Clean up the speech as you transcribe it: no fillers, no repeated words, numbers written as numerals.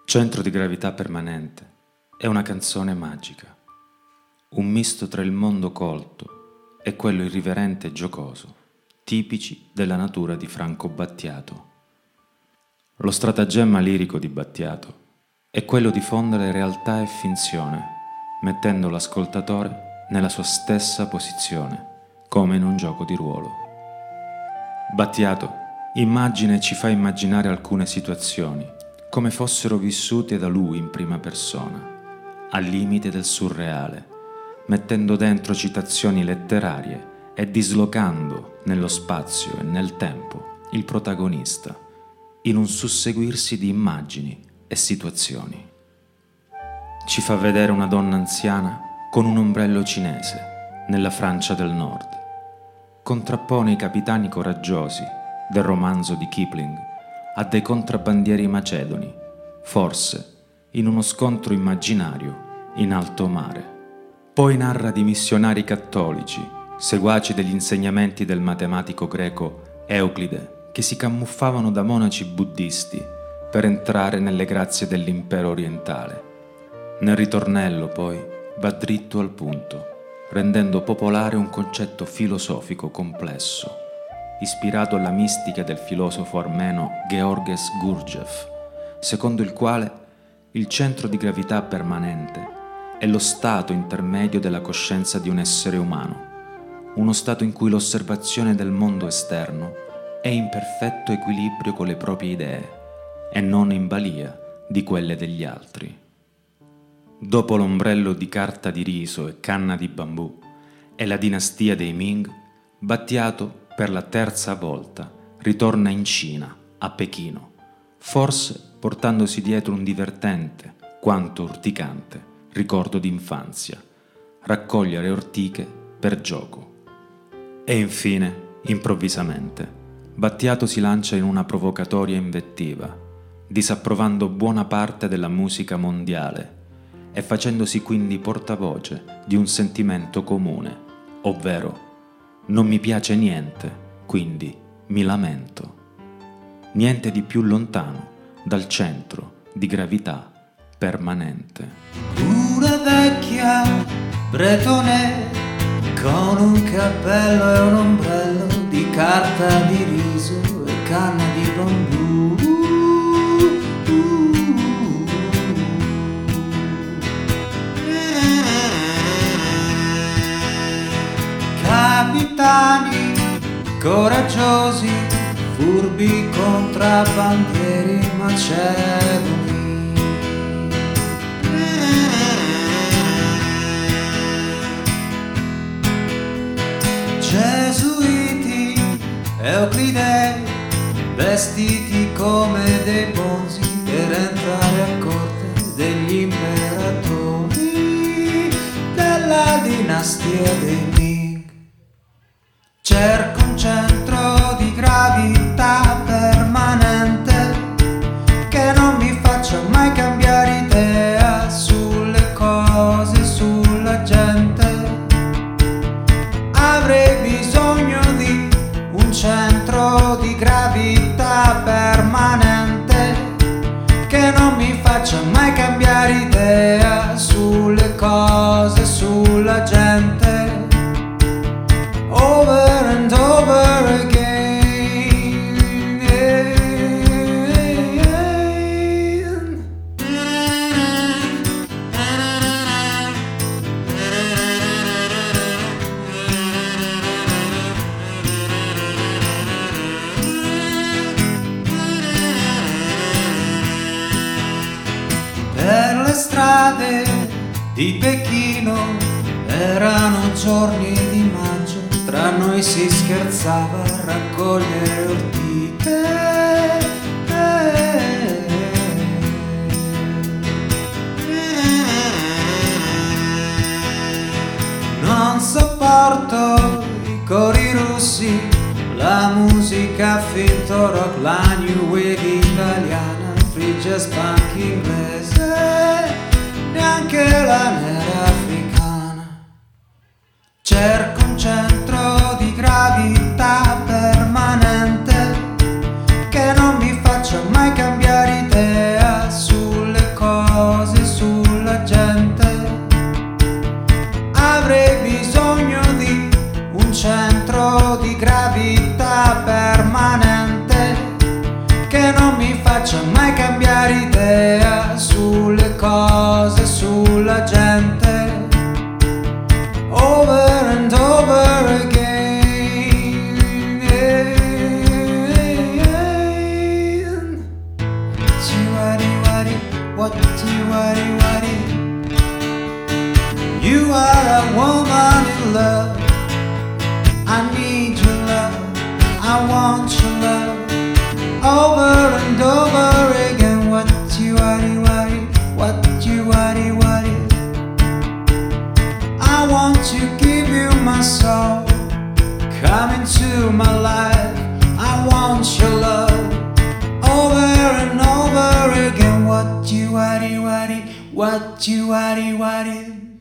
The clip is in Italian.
Centro di gravità permanente è una canzone magica, un misto tra il mondo colto e quello irriverente e giocoso, tipici della natura di Franco Battiato. Lo stratagemma lirico di Battiato è quello di fondere realtà e finzione, mettendo l'ascoltatore nella sua stessa posizione, come in un gioco di ruolo. Battiato immagina e ci fa immaginare alcune situazioni come fossero vissute da lui in prima persona, al limite del surreale, mettendo dentro citazioni letterarie e dislocando nello spazio e nel tempo il protagonista in un susseguirsi di immagini e situazioni. Ci fa vedere una donna anziana con un ombrello cinese nella Francia del Nord. Contrappone i capitani coraggiosi del romanzo di Kipling a dei contrabbandieri macedoni, forse in uno scontro immaginario in alto mare. Poi narra di missionari cattolici, seguaci degli insegnamenti del matematico greco Euclide, che si camuffavano da monaci buddisti per entrare nelle grazie dell'impero orientale. Nel ritornello, poi, va dritto al punto, rendendo popolare un concetto filosofico complesso, ispirato alla mistica del filosofo armeno Georges Gurdjieff, secondo il quale il centro di gravità permanente è lo stato intermedio della coscienza di un essere umano, uno stato in cui l'osservazione del mondo esterno è in perfetto equilibrio con le proprie idee e non in balia di quelle degli altri. Dopo l'ombrello di carta di riso e canna di bambù e la dinastia dei Ming, Battiato per la terza volta ritorna in Cina, a Pechino, forse portandosi dietro un divertente, quanto urticante, ricordo d'infanzia, raccogliere ortiche per gioco. E infine, improvvisamente, Battiato si lancia in una provocatoria invettiva, disapprovando buona parte della musica mondiale e facendosi quindi portavoce di un sentimento comune, ovvero non mi piace niente, quindi mi lamento. Niente di più lontano dal centro di gravità permanente. Una vecchia bretone con un cappello e un ombrello di carta di riso e canna di bambù. Capitani coraggiosi, furbi contrabbandieri macedoni. Gesuiti, Euclide, vestiti come dei bonzi per entrare a corte degli imperatori della dinastia dei Ming. Cerco un centro di gravità permanente che non mi faccia mai cambiare idea sulle cose, sulla gente. Avrei bisogno di un centro di gravità permanente che non mi faccia mai cambiare idea sulle cose, sulla gente. Over and over again. Per le strade di Pechino erano giorni di maggio. Tra noi si scherzava a raccogliere ortiche. Non sopporto i cori russi, la musica finto rock, la new wave italiana, free jazz punk inglese, neanche la nera africana. Cerco un centro di gravità permanente che non mi faccia mai cambiare idea sulle che non mi faccia mai cambiare idea sulle cose, sulla gente, over and over again. What you are a woman in love. I need your love, I want your love, over and over again. What you I want to give you my soul, come into my life. I want your love, over and over again. What you